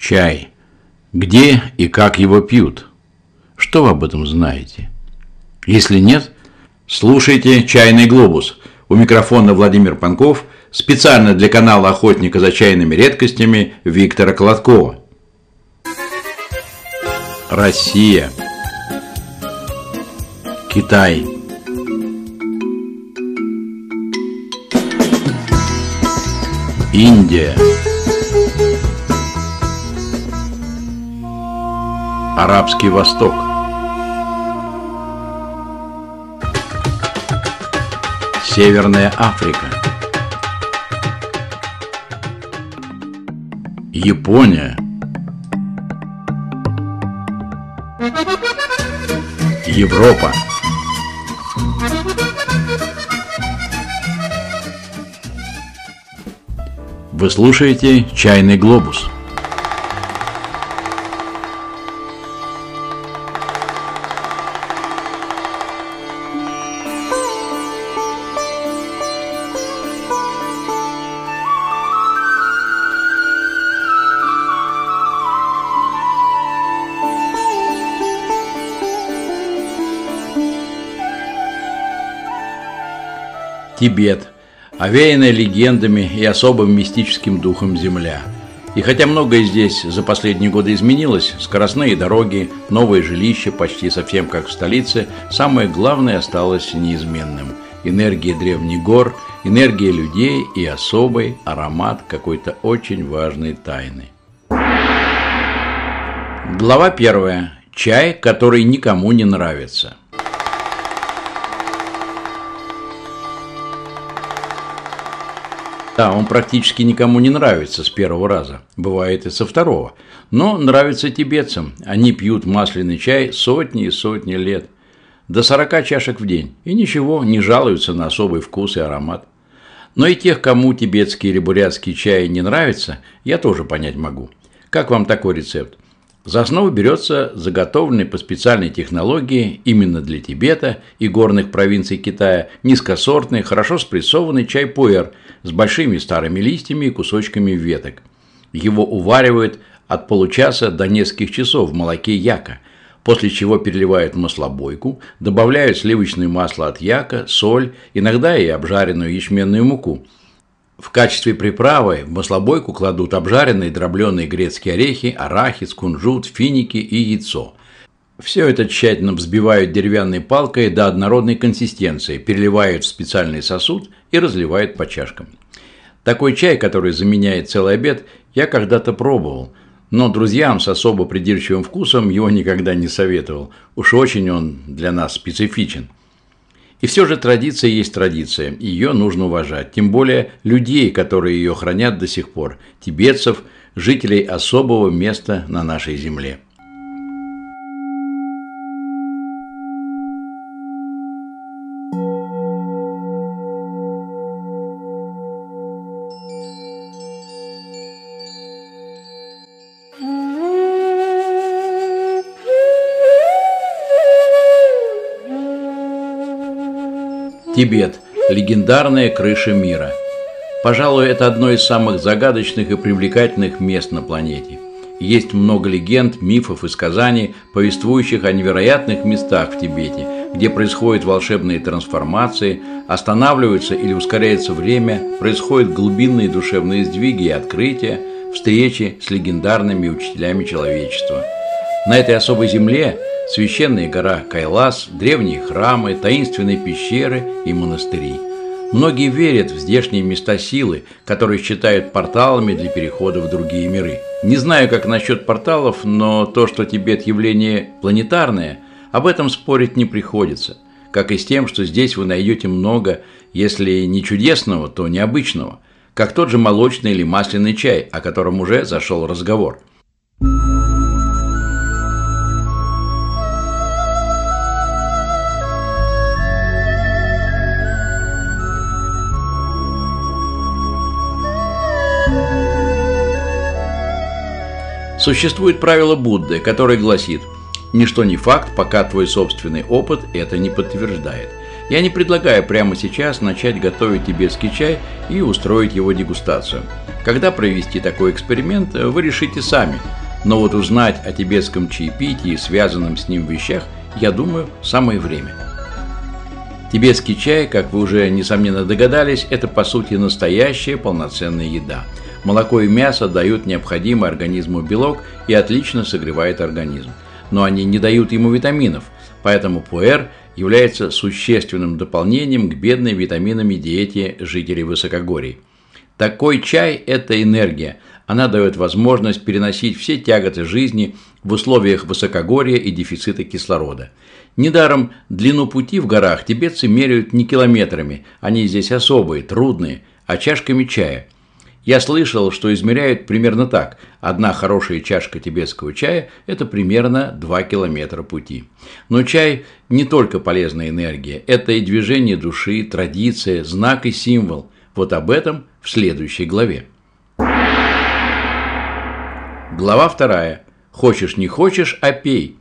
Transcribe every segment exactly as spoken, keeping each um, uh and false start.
Чай. Где и как его пьют? Что вы об этом знаете? Если нет, слушайте «Чайный глобус». У микрофона Владимир Панков, специально для канала «Охотника за чайными редкостями» Виктора Колоткова. Россия. Китай. Индия. Арабский Восток. Северная Африка. Япония. Европа. Вы слушаете «Чайный глобус». Тибет. Овеянная легендами и особым мистическим духом земля. И хотя многое здесь за последние годы изменилось, скоростные дороги, новые жилища, почти совсем как в столице, самое главное осталось неизменным. Энергия древних гор, энергия людей и особый аромат какой-то очень важной тайны. Глава первая. Чай, который никому не нравится. Да, он практически никому не нравится с первого раза, бывает и со второго, но нравится тибетцам. Они пьют масляный чай сотни и сотни лет, до сорока чашек в день, и ничего, не жалуются на особый вкус и аромат. Но и тех, кому тибетский или бурятский чай не нравится, я тоже понять могу. Как вам такой рецепт? За основу берется заготовленный по специальной технологии именно для Тибета и горных провинций Китая низкосортный, хорошо спрессованный чай-пуэр с большими старыми листьями и кусочками веток. Его уваривают от получаса до нескольких часов в молоке яка, после чего переливают в маслобойку, добавляют сливочное масло от яка, соль, иногда и обжаренную ячменную муку. В качестве приправы в маслобойку кладут обжаренные дробленые грецкие орехи, арахис, кунжут, финики и яйцо. Все это тщательно взбивают деревянной палкой до однородной консистенции, переливают в специальный сосуд и разливают по чашкам. Такой чай, который заменяет целый обед, я когда-то пробовал, но друзьям с особо придирчивым вкусом его никогда не советовал. Уж очень он для нас специфичен. И все же традиция есть традиция, ее нужно уважать, тем более людей, которые ее хранят до сих пор, тибетцев, жителей особого места на нашей земле. Тибет – легендарная крыша мира. Пожалуй, это одно из самых загадочных и привлекательных мест на планете. Есть много легенд, мифов и сказаний, повествующих о невероятных местах в Тибете, где происходят волшебные трансформации, останавливаются или ускоряется время, происходят глубинные душевные сдвиги и открытия, встречи с легендарными учителями человечества. На этой особой земле священная гора Кайлас, древние храмы, таинственные пещеры и монастыри. Многие верят в здешние места силы, которые считают порталами для перехода в другие миры. Не знаю, как насчет порталов, но то, что Тибет явление планетарное, об этом спорить не приходится. Как и с тем, что здесь вы найдете много, если не чудесного, то необычного, как тот же молочный или масляный чай, о котором уже зашел разговор. Существует правило Будды, которое гласит: ничто не факт, пока твой собственный опыт это не подтверждает. Я не предлагаю прямо сейчас начать готовить тибетский чай и устроить его дегустацию. Когда провести такой эксперимент, вы решите сами. Но вот узнать о тибетском чаепитии и связанном с ним вещах, я думаю, самое время. Тибетский чай, как вы уже несомненно догадались, это по сути настоящая полноценная еда. Молоко и мясо дают необходимый организму белок и отлично согревают организм. Но они не дают ему витаминов, поэтому пуэр является существенным дополнением к бедной витаминами диете жителей высокогорий. Такой чай – это энергия. Она дает возможность переносить все тяготы жизни в условиях высокогорья и дефицита кислорода. Недаром длину пути в горах тибетцы меряют не километрами, они здесь особые, трудные, а чашками чая. Я слышал, что измеряют примерно так. Одна хорошая чашка тибетского чая – это примерно два километра пути. Но чай не только полезная энергия, это и движение души, традиция, знак и символ. Вот об этом в следующей главе. Глава вторая. Хочешь не хочешь, а пей.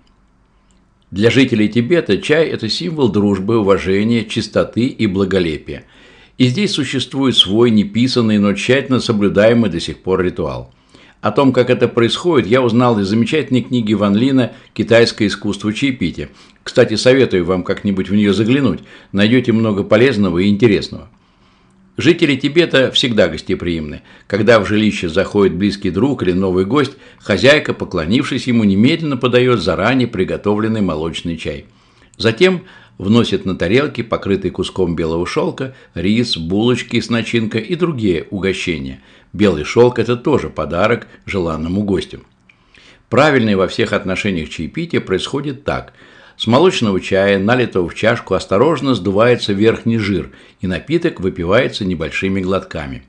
Для жителей Тибета чай – это символ дружбы, уважения, чистоты и благолепия. И здесь существует свой неписанный, но тщательно соблюдаемый до сих пор ритуал. О том, как это происходит, я узнал из замечательной книги Ван Лина «Китайское искусство чаепития». Кстати, советую вам как-нибудь в нее заглянуть, найдете много полезного и интересного. Жители Тибета всегда гостеприимны. Когда в жилище заходит близкий друг или новый гость, хозяйка, поклонившись ему, немедленно подает заранее приготовленный молочный чай. Затем вносит на тарелки, покрытые куском белого шелка, рис, булочки с начинкой и другие угощения. Белый шелк – это тоже подарок желанному гостю. Правильное во всех отношениях чаепитие происходит так. С молочного чая, налитого в чашку, осторожно сдувается верхний жир, и напиток выпивается небольшими глотками.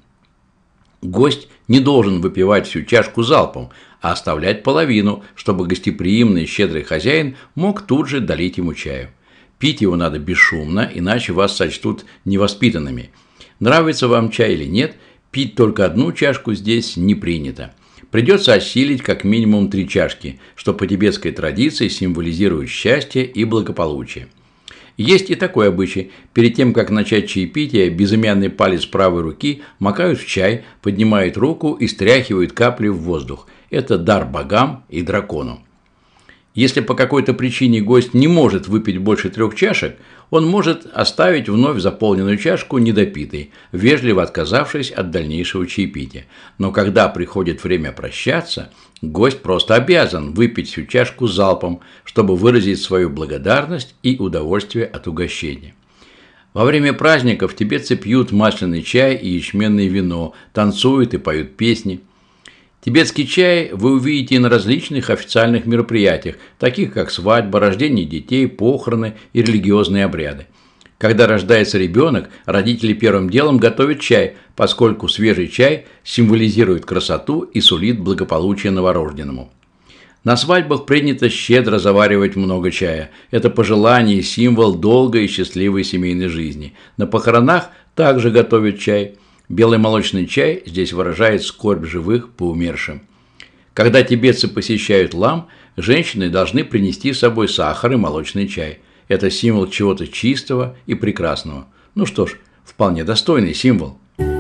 Гость не должен выпивать всю чашку залпом, а оставлять половину, чтобы гостеприимный и щедрый хозяин мог тут же долить ему чаю. Пить его надо бесшумно, иначе вас сочтут невоспитанными. Нравится вам чай или нет, пить только одну чашку здесь не принято. Придется осилить как минимум три чашки, что по тибетской традиции символизирует счастье и благополучие. Есть и такой обычай. Перед тем, как начать чаепитие, безымянный палец правой руки макают в чай, поднимают руку и стряхивают капли в воздух. Это дар богам и дракону. Если по какой-то причине гость не может выпить больше трех чашек, он может оставить вновь заполненную чашку недопитой, вежливо отказавшись от дальнейшего чаепития. Но когда приходит время прощаться, гость просто обязан выпить всю чашку залпом, чтобы выразить свою благодарность и удовольствие от угощения. Во время праздников тибетцы пьют масляный чай и ячменное вино, танцуют и поют песни. Тибетский чай вы увидите и на различных официальных мероприятиях, таких как свадьба, рождение детей, похороны и религиозные обряды. Когда рождается ребенок, родители первым делом готовят чай, поскольку свежий чай символизирует красоту и сулит благополучие новорожденному. На свадьбах принято щедро заваривать много чая. Это пожелание и символ долгой и счастливой семейной жизни. На похоронах также готовят чай. Белый молочный чай здесь выражает скорбь живых по умершим. Когда тибетцы посещают лам, женщины должны принести с собой сахар и молочный чай. Это символ чего-то чистого и прекрасного. Ну что ж, вполне достойный символ.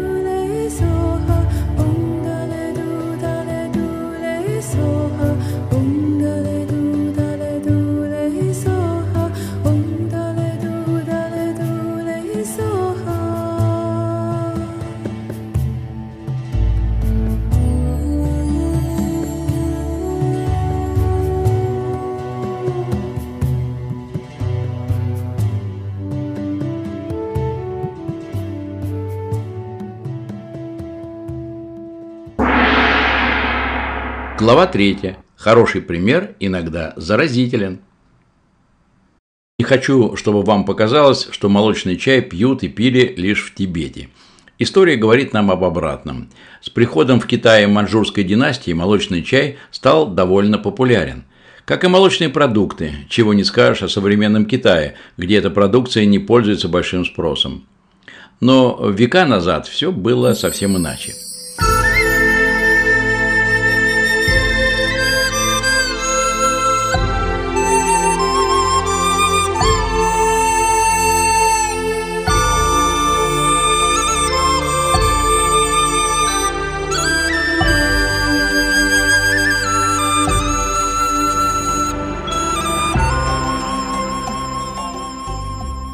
Глава третья. Хороший пример иногда заразителен. Не хочу, чтобы вам показалось, что молочный чай пьют и пили лишь в Тибете. История говорит нам об обратном. С приходом в Китай маньчжурской династии молочный чай стал довольно популярен. Как и молочные продукты, чего не скажешь о современном Китае, где эта продукция не пользуется большим спросом. Но века назад все было совсем иначе.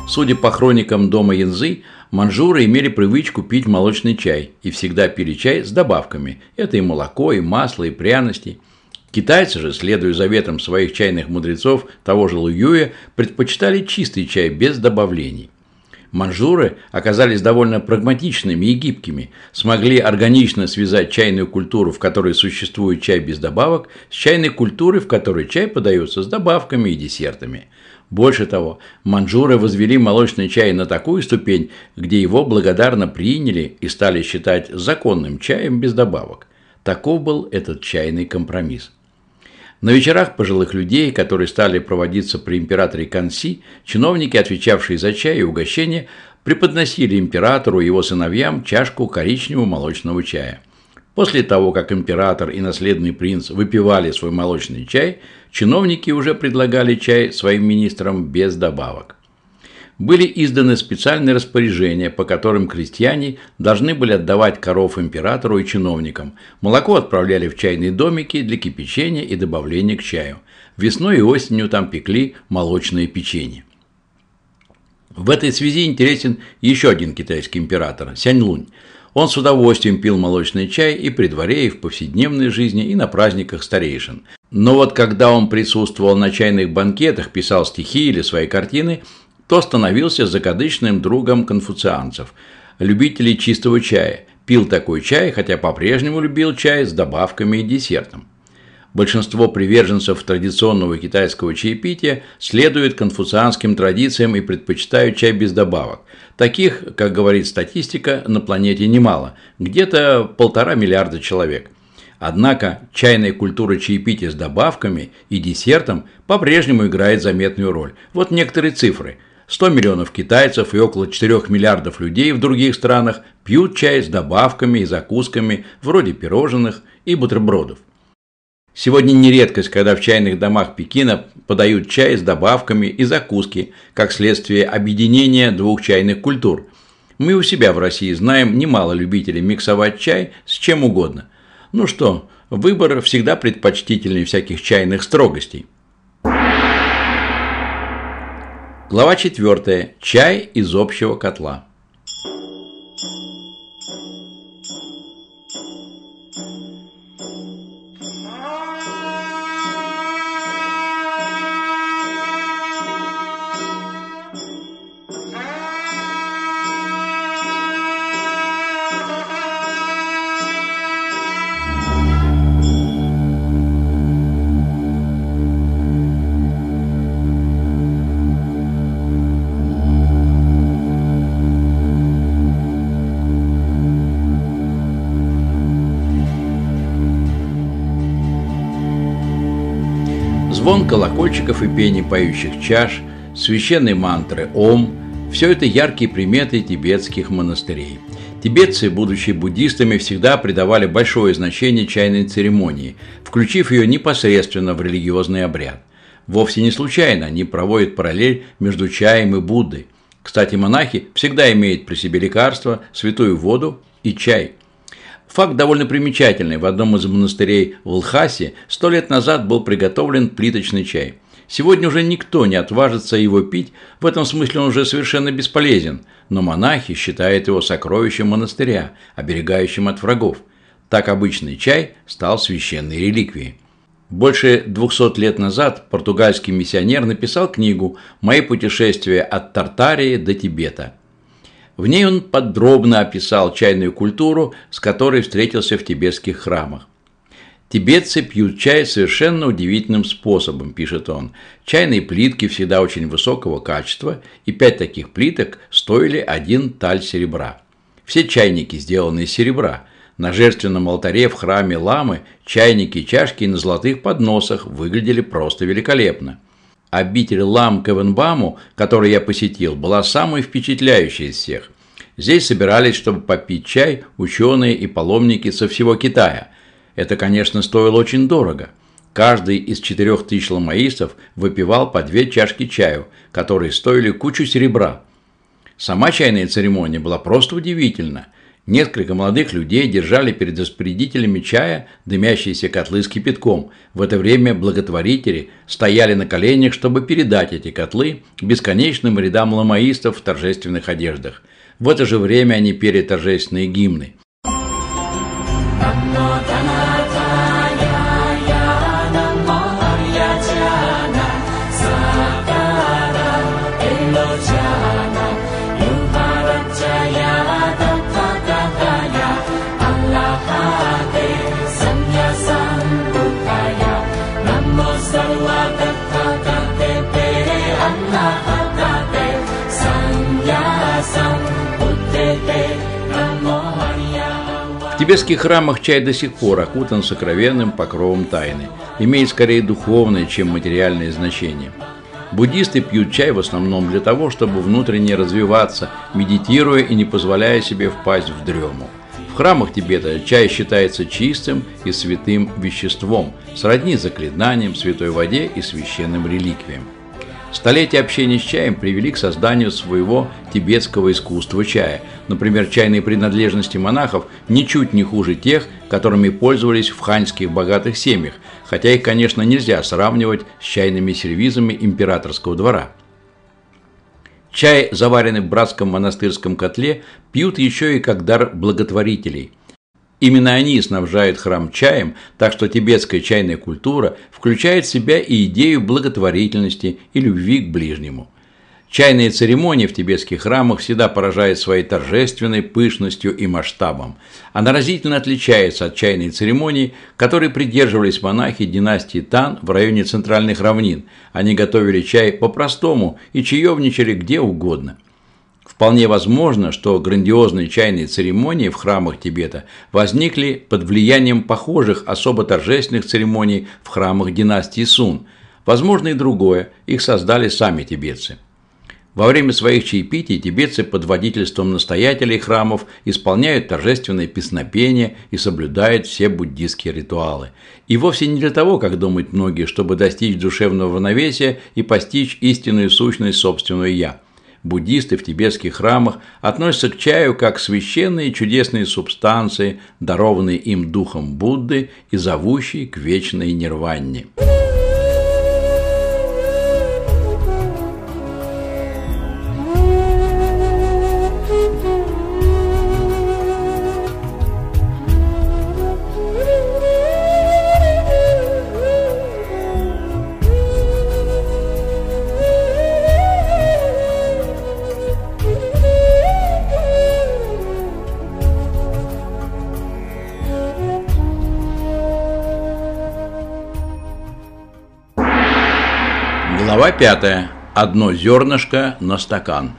Судя по хроникам дома Янзы, манжуры имели привычку пить молочный чай и всегда пили чай с добавками. Это и молоко, и масло, и пряности. Китайцы же, следуя заветам своих чайных мудрецов, того же Луюя, предпочитали чистый чай без добавлений. Манжуры оказались довольно прагматичными и гибкими, смогли органично связать чайную культуру, в которой существует чай без добавок, с чайной культурой, в которой чай подается с добавками и десертами. Больше того, манжуры возвели молочный чай на такую ступень, где его благодарно приняли и стали считать законным чаем без добавок. Таков был этот чайный компромисс. На вечерах пожилых людей, которые стали проводиться при императоре Канси, чиновники, отвечавшие за чай и угощение, преподносили императору и его сыновьям чашку коричневого молочного чая. После того, как император и наследный принц выпивали свой молочный чай, чиновники уже предлагали чай своим министрам без добавок. Были изданы специальные распоряжения, по которым крестьяне должны были отдавать коров императору и чиновникам. Молоко отправляли в чайные домики для кипячения и добавления к чаю. Весной и осенью там пекли молочное печенье. В этой связи интересен еще один китайский император – Сяньлунь. Он с удовольствием пил молочный чай и при дворе, и в повседневной жизни, и на праздниках старейшин. Но вот когда он присутствовал на чайных банкетах, писал стихи или свои картины, то становился закадычным другом конфуцианцев, любителей чистого чая, пил такой чай, хотя по-прежнему любил чай с добавками и десертом. Большинство приверженцев традиционного китайского чаепития следуют конфуцианским традициям и предпочитают чай без добавок. Таких, как говорит статистика, на планете немало, где-то полтора миллиарда человек. Однако чайная культура чаепития с добавками и десертом по-прежнему играет заметную роль. Вот некоторые цифры. сто миллионов китайцев и около четырёх миллиардов людей в других странах пьют чай с добавками и закусками вроде пирожных и бутербродов. Сегодня не редкость, когда в чайных домах Пекина подают чай с добавками и закуски, как следствие объединения двух чайных культур. Мы у себя в России знаем немало любителей миксовать чай с чем угодно. Ну что, выбор всегда предпочтительнее всяких чайных строгостей. Глава четвёртая. Чай из общего котла. Звон колокольчиков и пение поющих чаш, священные мантры «Ом» – все это яркие приметы тибетских монастырей. Тибетцы, будучи буддистами, всегда придавали большое значение чайной церемонии, включив ее непосредственно в религиозный обряд. Вовсе не случайно они проводят параллель между чаем и Буддой. Кстати, монахи всегда имеют при себе лекарства, святую воду и чай. Факт довольно примечательный. В одном из монастырей в Лхасе сто лет назад был приготовлен плиточный чай. Сегодня уже никто не отважится его пить, в этом смысле он уже совершенно бесполезен, но монахи считают его сокровищем монастыря, оберегающим от врагов. Так обычный чай стал священной реликвией. Больше двухсот лет назад португальский миссионер написал книгу «Мои путешествия от Тартарии до Тибета». В ней он подробно описал чайную культуру, с которой встретился в тибетских храмах. «Тибетцы пьют чай совершенно удивительным способом», – пишет он. «Чайные плитки всегда очень высокого качества, и пять таких плиток стоили один таль серебра. Все чайники сделаны из серебра. На жертвенном алтаре в храме Ламы чайники и чашки на золотых подносах выглядели просто великолепно. Обитель Лам Кевенбаму, который я посетил, была самой впечатляющей из всех. Здесь собирались, чтобы попить чай, ученые и паломники со всего Китая. Это, конечно, стоило очень дорого. Каждый из четырех тысяч ламаистов выпивал по две чашки чаю, которые стоили кучу серебра. Сама чайная церемония была просто удивительна. Несколько молодых людей держали перед распорядителями чая дымящиеся котлы с кипятком. В это время благотворители стояли на коленях, чтобы передать эти котлы бесконечным рядам ламаистов в торжественных одеждах. В это же время они пели торжественные гимны. В тибетских храмах чай до сих пор окутан сокровенным покровом тайны, имеет скорее духовное, чем материальное значение. Буддисты пьют чай в основном для того, чтобы внутренне развиваться, медитируя и не позволяя себе впасть в дрему. В храмах Тибета чай считается чистым и святым веществом, сродни заклинаниям, святой воде и священным реликвиям. Столетия общения с чаем привели к созданию своего тибетского искусства чая. Например, чайные принадлежности монахов ничуть не хуже тех, которыми пользовались в ханьских богатых семьях, хотя их, конечно, нельзя сравнивать с чайными сервизами императорского двора. Чай, заваренный в братском монастырском котле, пьют еще и как дар благотворителей. Именно они снабжают храм чаем, так что тибетская чайная культура включает в себя и идею благотворительности и любви к ближнему. Чайные церемонии в тибетских храмах всегда поражают своей торжественной пышностью и масштабом. Она разительно отличается от чайной церемонии, которой придерживались монахи династии Тан в районе центральных равнин. Они готовили чай по-простому и чаевничали где угодно. Вполне возможно, что грандиозные чайные церемонии в храмах Тибета возникли под влиянием похожих особо торжественных церемоний в храмах династии Сун. Возможно и другое, их создали сами тибетцы. Во время своих чаепитий тибетцы под водительством настоятелей храмов исполняют торжественные песнопения и соблюдают все буддистские ритуалы. И вовсе не для того, как думают многие, чтобы достичь душевного равновесия и постичь истинную сущность собственного «я». Буддисты в тибетских храмах относятся к чаю как к священные и чудесные субстанции, дарованные им духом Будды и зовущие к вечной нирване. Глава пятая. Одно зернышко на стакан.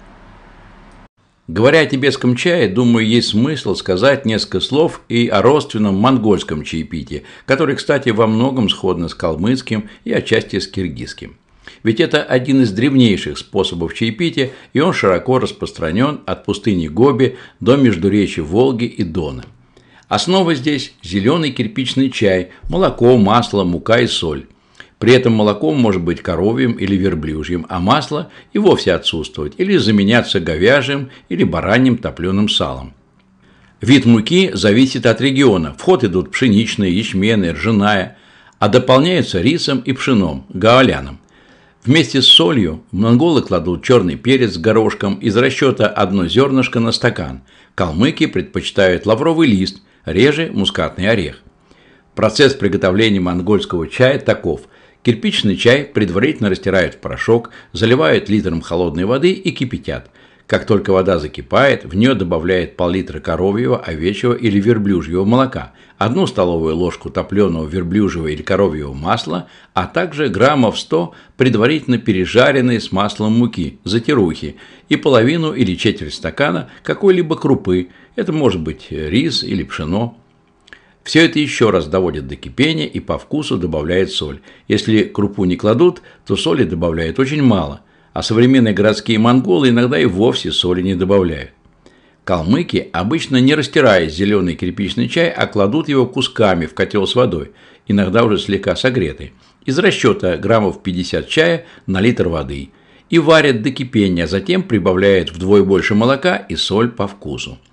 Говоря о тибетском чае, думаю, есть смысл сказать несколько слов и о родственном монгольском чаепитии, который, кстати, во многом сходно с калмыцким и отчасти с киргизским. Ведь это один из древнейших способов чаепития, и он широко распространен от пустыни Гоби до междуречья Волги и Дона. Основа здесь – зеленый кирпичный чай, молоко, масло, мука и соль. При этом молоко может быть коровьим или верблюжьим, а масло и вовсе отсутствовать или заменяться говяжьим или бараньим топленым салом. Вид муки зависит от региона. В ход идут пшеничная, ячменная, ржаная, а дополняются рисом и пшеном, гаоляном. Вместе с солью монголы кладут черный перец с горошком из расчета одно зернышко на стакан. Калмыки предпочитают лавровый лист, реже мускатный орех. Процесс приготовления монгольского чая таков. Кирпичный чай предварительно растирают в порошок, заливают литром холодной воды и кипятят. Как только вода закипает, в нее добавляют пол-литра коровьего, овечьего или верблюжьего молока, одну столовую ложку топленого верблюжьего или коровьего масла, а также граммов сто предварительно пережаренной с маслом муки, затирухи, и половину или четверть стакана какой-либо крупы, это может быть рис или пшено. Все это еще раз доводят до кипения и по вкусу добавляют соль. Если крупу не кладут, то соли добавляют очень мало, а современные городские монголы иногда и вовсе соли не добавляют. Калмыки обычно не растирая зеленый кирпичный чай, а кладут его кусками в котел с водой, иногда уже слегка согретый, из расчета граммов пятьдесят чая на литр воды, и варят до кипения, а затем прибавляют вдвое больше молока и соль по вкусу.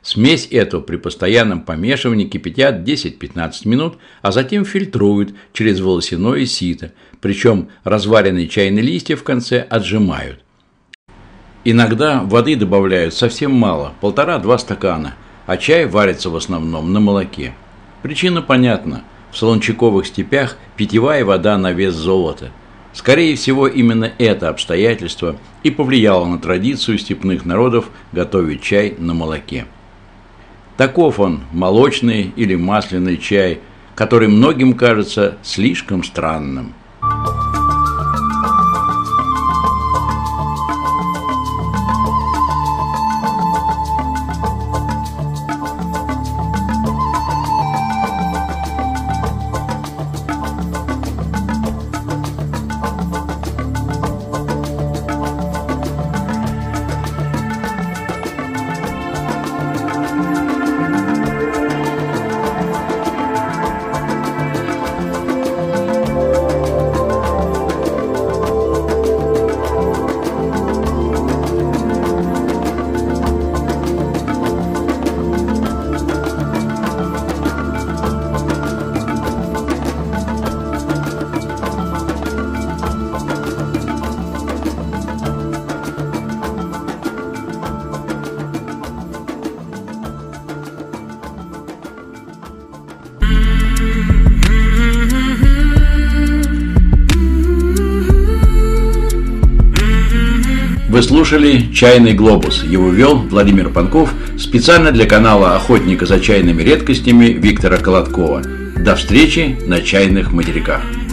Смесь эту при постоянном помешивании кипятят десять-пятнадцать минут, а затем фильтруют через волосяное сито, причем разваренные чайные листья в конце отжимают. Иногда воды добавляют совсем мало, полтора-два стакана, а чай варится в основном на молоке. Причина понятна. В солончаковых степях питьевая вода на вес золота. Скорее всего, именно это обстоятельство и повлияло на традицию степных народов готовить чай на молоке. Таков он, молочный или масляный чай, который многим кажется слишком странным. Вы слушали «Чайный глобус». Его вел Владимир Панков специально для канала охотника за чайными редкостями Виктора Колодкова. До встречи на чайных материках.